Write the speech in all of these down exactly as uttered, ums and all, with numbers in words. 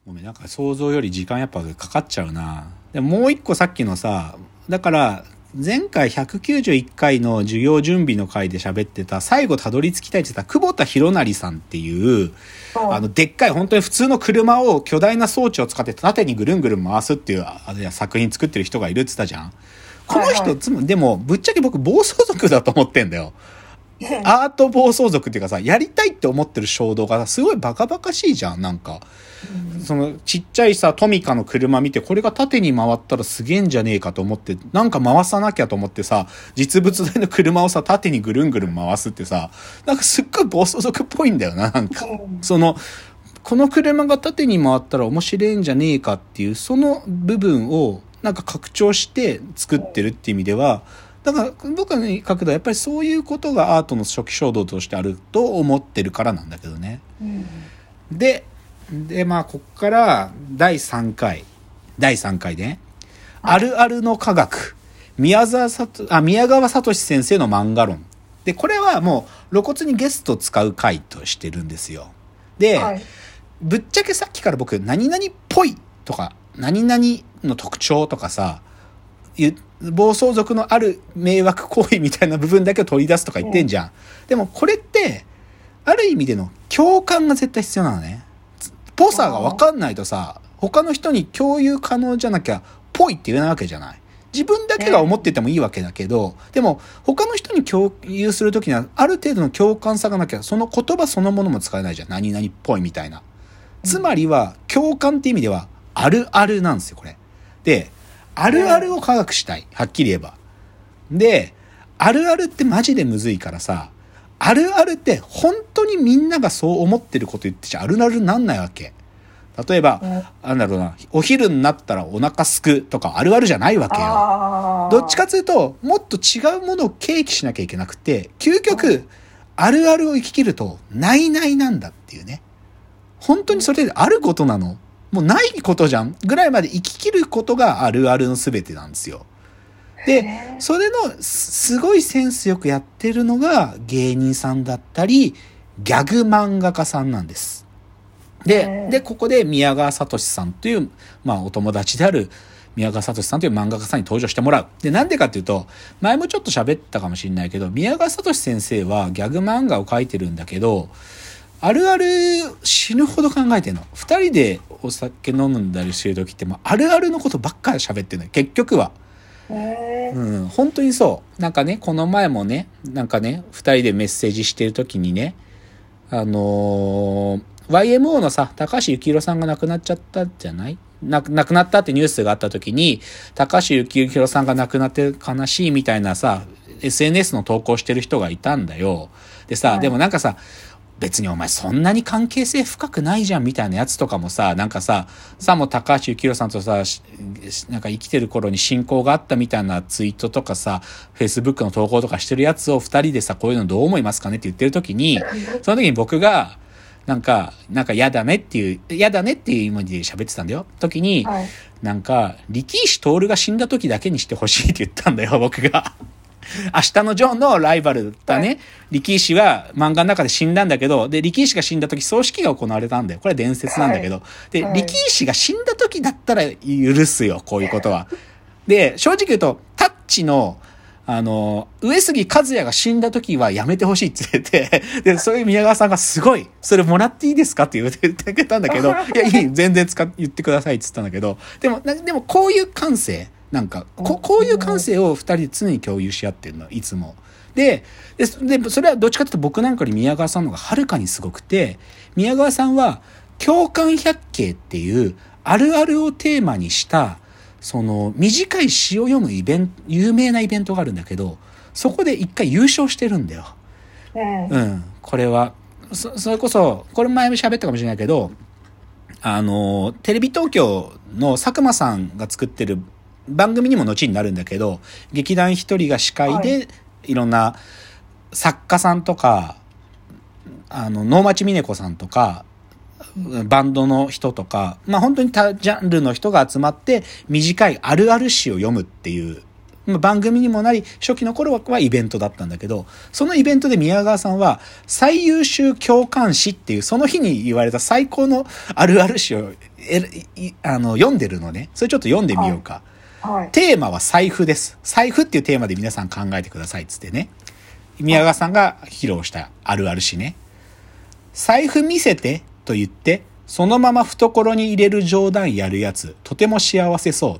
ごめん、なんか想像より時間やっぱかかっちゃうな。でももう一個さっきのさ、だから前回ひゃくきゅうじゅういっかいの授業準備の回で喋ってた最後たどり着きたいって言った久保田博成さんっていう、あのでっかい本当に普通の車を巨大な装置を使って縦にぐるんぐるん回すっていうあれ作品作ってる人がいるって言ったじゃん。この人、はいはい、つまでもぶっちゃけ僕暴走族だと思ってんだよ。アート暴走族っていうかさ、やりたいって思ってる衝動がすごいバカバカしいじゃん。なんか、うん、そのちっちゃいさトミカの車見てこれが縦に回ったらすげえんじゃねえかと思ってなんか回さなきゃと思ってさ、実物大の車をさ縦にぐるんぐるん回すってさ、なんかすっごい暴走族っぽいんだよな。なんか、うん、そのこの車が縦に回ったら面白いんじゃねえかっていうその部分をなんか拡張して作ってるっていう意味では、だから僕の角度はやっぱりそういうことがアートの初期衝動としてあると思ってるからなんだけどね、うん、ででまあこっからだいさんかいだいさんかいね、あるあるの科学宮沢さとあ宮川聡先生の漫画論で、これはもう露骨にゲスト使う回としてるんですよ。で、はい、ぶっちゃけさっきから僕何々っぽいとか何々の特徴とかさ、暴走族のある迷惑行為みたいな部分だけを取り出すとか言ってんじゃん、うん、でもこれってある意味での共感が絶対必要なのね。ぽさが分かんないとさ、他の人に共有可能じゃなきゃぽいって言えないわけじゃない。自分だけが思っててもいいわけだけど、でも他の人に共有するときにはある程度の共感さがなきゃその言葉そのものも使えないじゃん。何々っぽいみたいな。つまりは共感って意味ではあるあるなんですよこれで。あるあるを科学したい。はっきり言えば。で、あるあるってマジでむずいからさ、あるあるって本当にみんながそう思ってること言ってちゃあるあるなんないわけ。例えば、なんだろうな、お昼になったらお腹すくとかあるあるじゃないわけよ。どっちかというと、もっと違うものを契機しなきゃいけなくて、究極、あるあるを生き切ると、ないないなんだっていうね。本当にそれであることなの？もうないことじゃんぐらいまで生き切ることがあるあるの全てなんですよ。で、それのすごいセンスよくやってるのが芸人さんだったり、ギャグ漫画家さんなんです。で、で、ここで宮川聡さんという、まあお友達である宮川聡さんという漫画家さんに登場してもらう。で、なんでかっていうと、前もちょっと喋ったかもしれないけど、宮川聡先生はギャグ漫画を描いてるんだけど、あるある死ぬほど考えてんの。二人でお酒飲んだりしてる時ってもあるあるのことばっかり喋ってるのよ。結局は。うん、本当にそう。なんかね、この前もね、なんかね、二人でメッセージしてる時にね、あのー、ワイエムオー のさ、高橋幸宏さんが亡くなっちゃったじゃないな亡くなったってニュースがあった時に、高橋幸宏さんが亡くなって悲しいみたいなさ、エスエヌエス の投稿してる人がいたんだよ。でさ、はい、でもなんかさ、別にお前そんなに関係性深くないじゃんみたいなやつとかもさ、なんかさ、さも高橋幸宏さんとさ、なんか生きてる頃に親交があったみたいなツイートとかさ、Facebook の投稿とかしてるやつを二人でさ、こういうのどう思いますかねって言ってる時に、その時に僕が、なんか、なんか嫌だねっていう、嫌だねっていう意味で喋ってたんだよ。時に、はい、なんか、力石徹が死んだ時だけにしてほしいって言ったんだよ、僕が。明日のジョーのライバルだね、はい、力石は漫画の中で死んだんだけど、で力石が死んだ時葬式が行われたんだよ。これは伝説なんだけど、はい、で、はい、力石が死んだ時だったら許すよ、こういうことは。で正直言うとタッチのあの上杉和也が死んだ時はやめてほしいって言ってで、そういう宮川さんがすごいそれもらっていいですかって言ってくれたんだけど、いやいい全然使っ言ってくださいって言ったんだけど、でもでもこういう感性なんかここういう感性を二人で常に共有し合ってるのいつもで、ででそれはどっちかというと僕なんかより宮川さんの方がはるかにすごくて、宮川さんは共感百景っていうあるあるをテーマにしたその短い詩を読むイベント、有名なイベントがあるんだけど、そこで一回優勝してるんだよ。うん、うん、これは そ, それこそこれ前も喋ったかもしれないけど、あのテレビ東京の佐久間さんが作ってる番組にも後になるんだけど、劇団一人が司会で、はい、いろんな作家さんとかあの能町みね子さんとかバンドの人とか、まあ本当に多ジャンルの人が集まって短いあるある詩を読むっていう番組にもなり、初期の頃はイベントだったんだけど、そのイベントで宮川さんは最優秀共感詩っていうその日に言われた最高のあるある詩をえいあの読んでるのね。それちょっと読んでみようか。 はい。 テーマは財布です。財布っていうテーマで皆さん考えてくださいっつってね。宮川さんが披露したあるある詩ね。財布見せてと言って、そのまま懐に入れる冗談やるやつ、とても幸せそう。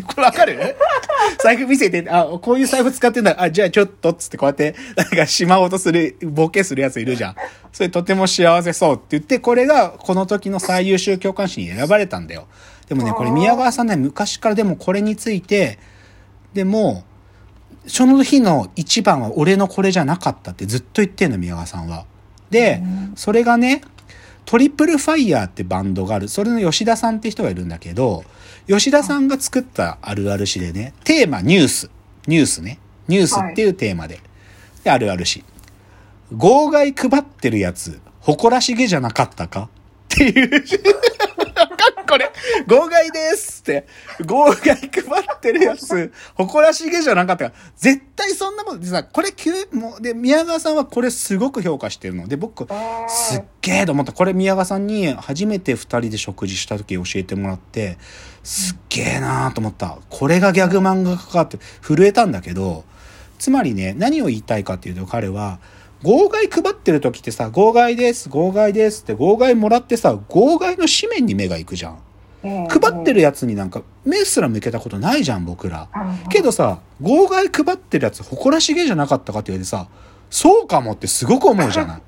これわかる？財布見せて、あ、こういう財布使ってんだ。あ、じゃあちょっとっつってこうやって、なんかしまおうとする、ボケするやついるじゃん。それとても幸せそうって言って、これがこの時の最優秀教官誌に選ばれたんだよ。でもね、これ宮川さんね、昔からでもこれについて、でも、その日の一番は俺のこれじゃなかったってずっと言ってんの、宮川さんは。で、それがね、トリプルファイヤーってバンドがある。それの吉田さんって人がいるんだけど、吉田さんが作ったあるある詩でね、テーマニュース。ニュースね。ニュースっていうテーマで。で、あるある詩。号外配ってるやつ、誇らしげじゃなかったかっていう。これ、号外ですって。号外配ってるやつ、誇らしげじゃなかったか。絶対そんなことでさ、これ急、もう、で、宮川さんはこれすごく評価してるので、僕、すっげえと思った。これ宮川さんに初めて二人で食事した時教えてもらって、すっげえなーと思った。これがギャグ漫画家かって震えたんだけど、つまりね、何を言いたいかっていうと彼は、号外配ってる時ってさ、号外です、号外ですって号外もらってさ、号外の紙面に目が行くじゃん。配ってるやつになんか目すら向けたことないじゃん、僕ら。けどさ、号外配ってるやつ誇らしげじゃなかったかって言われてさ、そうかもってすごく思うじゃない。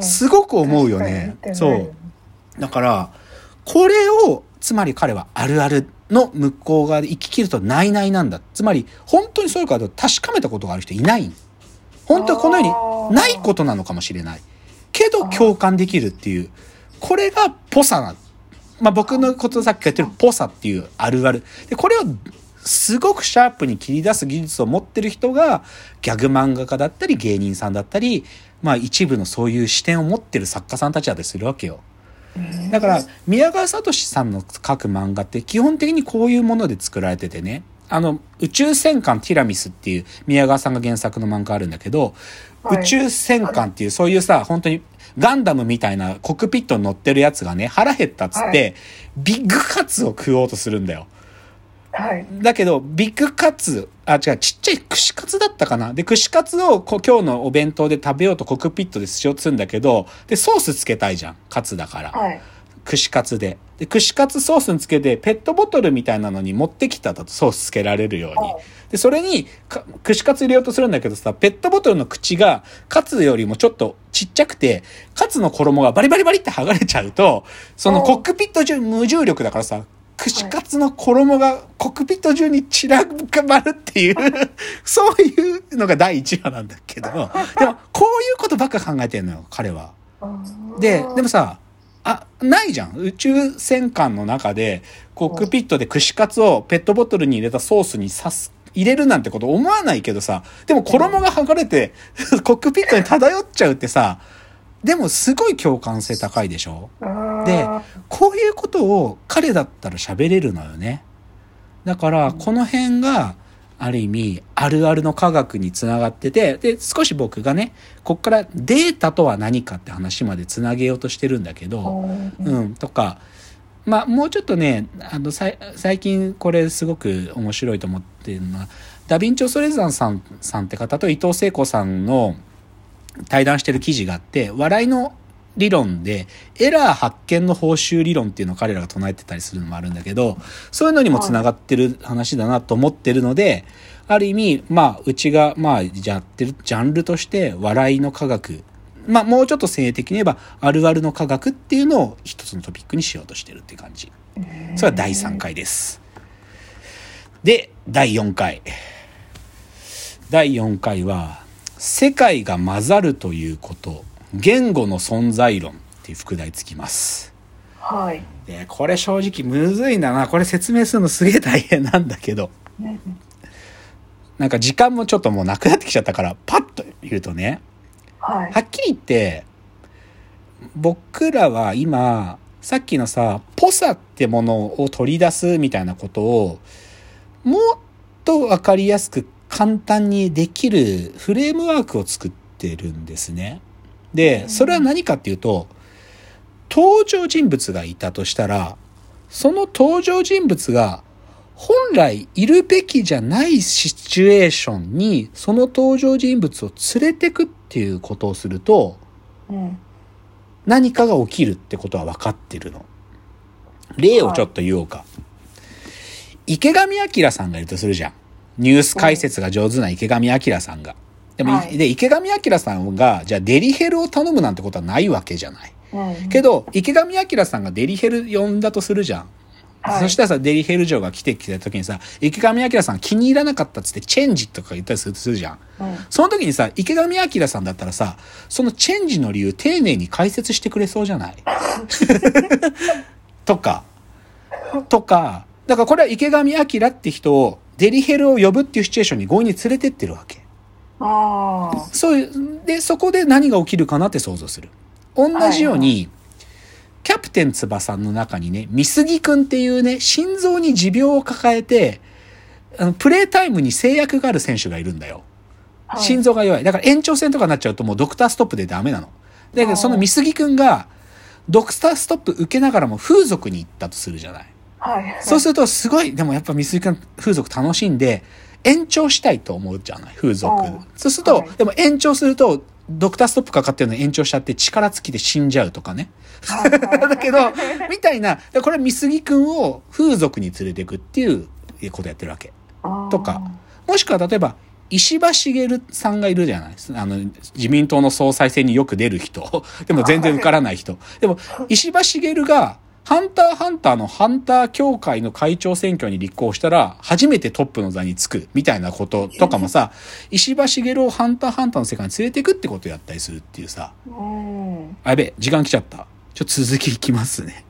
すごく思うよね。そう。だから、これを、つまり彼はあるあるの向こう側で生き切るとないないなんだ。つまり、本当にそういうかと確かめたことがある人いない。本当はこのようにないことなのかもしれない。けど共感できるっていう。これがポサな。まあ僕のことさっき言ってるポサっていうあるある。で、これをすごくシャープに切り出す技術を持ってる人がギャグ漫画家だったり芸人さんだったり、まあ一部のそういう視点を持ってる作家さんたちだったりするわけよ。だから宮川聡さんの書く漫画って基本的にこういうもので作られててね。あの、宇宙戦艦ティラミスっていう宮川さんが原作の漫画あるんだけど、はい、宇宙戦艦っていうそういうさ、本当にガンダムみたいなコックピットに乗ってるやつがね、腹減ったっつって、はい、ビッグカツを食おうとするんだよ。はい。だけど、ビッグカツ、あ、違う、ちっちゃい串カツだったかな。で、串カツをこう今日のお弁当で食べようとコックピットでしようとするんだけど、で、ソースつけたいじゃん。カツだから。はい。串カツで。で、串カツソースにつけて、ペットボトルみたいなのに持ってきたとソースつけられるように。で、それに、串カツ入れようとするんだけどさ、ペットボトルの口が、カツよりもちょっとちっちゃくて、カツの衣がバリバリバリって剥がれちゃうと、そのコックピット中無重力だからさ、串カツの衣がコックピット中に散らばるっていう、そういうのが第一話なんだけど、でも、こういうことばっか考えてるのよ、彼は。で、でもさ、あ、ないじゃん。宇宙戦艦の中で、コックピットで串カツをペットボトルに入れたソースに刺す、入れるなんてこと思わないけどさ、でも衣が剥がれて、コックピットに漂っちゃうってさ、でもすごい共感性高いでしょ？で、こういうことを彼だったら喋れるのよね。だから、この辺が、ある意味、あるあるの科学につながってて、で、少し僕がね、こっからデータとは何かって話までつなげようとしてるんだけど、うん、とか、まあ、もうちょっとね、あの、さい最近これすごく面白いと思ってるのは、ダヴィンチョ・ソレザンさん、さんって方と伊藤聖子さんの対談してる記事があって、笑いの理論でエラー発見の報酬理論っていうのを彼らが唱えてたりするのもあるんだけど、そういうのにもつながってる話だなと思ってるので、ある意味、まあ、うちが、まあ、やってるジャンルとして笑いの科学、まあ、もうちょっと性的に言えばあるあるの科学っていうのを一つのトピックにしようとしてるっていう感じ。それはだいさんかいです。で、だいよんかい。だいよんかいは、世界が混ざるということ。言語の存在論っていう副題つきます。 はい。 で、これ正直むずいんだな。これ説明するのすげえ大変なんだけど。なんか時間もちょっともうなくなってきちゃったから、パッと言うとね。はい。はっきり言って、僕らは今、さっきのさ、ポサってものを取り出すみたいなことを、もっとわかりやすく簡単にできるフレームワークを作ってるんですね。で、それは何かっていうと、登場人物がいたとしたら、 その登場人物が本来いるべきじゃないシチュエーションにその登場人物を連れてくっていうことをすると、うん、何かが起きるってことは分かってるの。例をちょっと言おうか。はい、池上彰さんがいるとするじゃん。ニュース解説が上手な池上彰さんが。でも、はい、で池上彰さんがじゃあデリヘルを頼むなんてことはないわけじゃない。うん、けど池上彰さんがデリヘル呼んだとするじゃん。はい、そしたらさ、デリヘル嬢が来てきた時にさ、池上彰さん気に入らなかったっつってチェンジとか言ったりするとするじゃん。うん、その時にさ、池上彰さんだったらさ、そのチェンジの理由丁寧に解説してくれそうじゃないとか、とか、だからこれは池上彰って人をデリヘルを呼ぶっていうシチュエーションに強引に連れてってるわけ。ああ。そういう、で、そこで何が起きるかなって想像する。同じように、はいはい、キャプテン翼の中にね、美杉くんっていうね、心臓に持病を抱えて、あのプレータイムに制約がある選手がいるんだよ。はい、心臓が弱い。だから延長戦とかになっちゃうともうドクターストップでダメなの。だけどその美杉くんが、ドクターストップ受けながらも風俗に行ったとするじゃない。はい、そうするとすごい、でもやっぱ美杉くん風俗楽しんで、延長したいと思うじゃない、風俗。そうすると、はい、でも延長すると、ドクターストップかかってるのに延長しちゃって力尽きて死んじゃうとかね。だけど、みたいな、これは美杉くんを風俗に連れていくっていうことやってるわけ。とか、もしくは例えば、石破茂さんがいるじゃないですか。あの、自民党の総裁選によく出る人。でも全然受からない人。でも、石破茂が、ハンターハンターのハンター協会の会長選挙に立候補したら初めてトップの座につくみたいなこととかもさ、石破茂をハンターハンターの世界に連れていくってことをやったりするっていうさ。あ、やべえ、時間来ちゃった。ちょっと続きいきますね。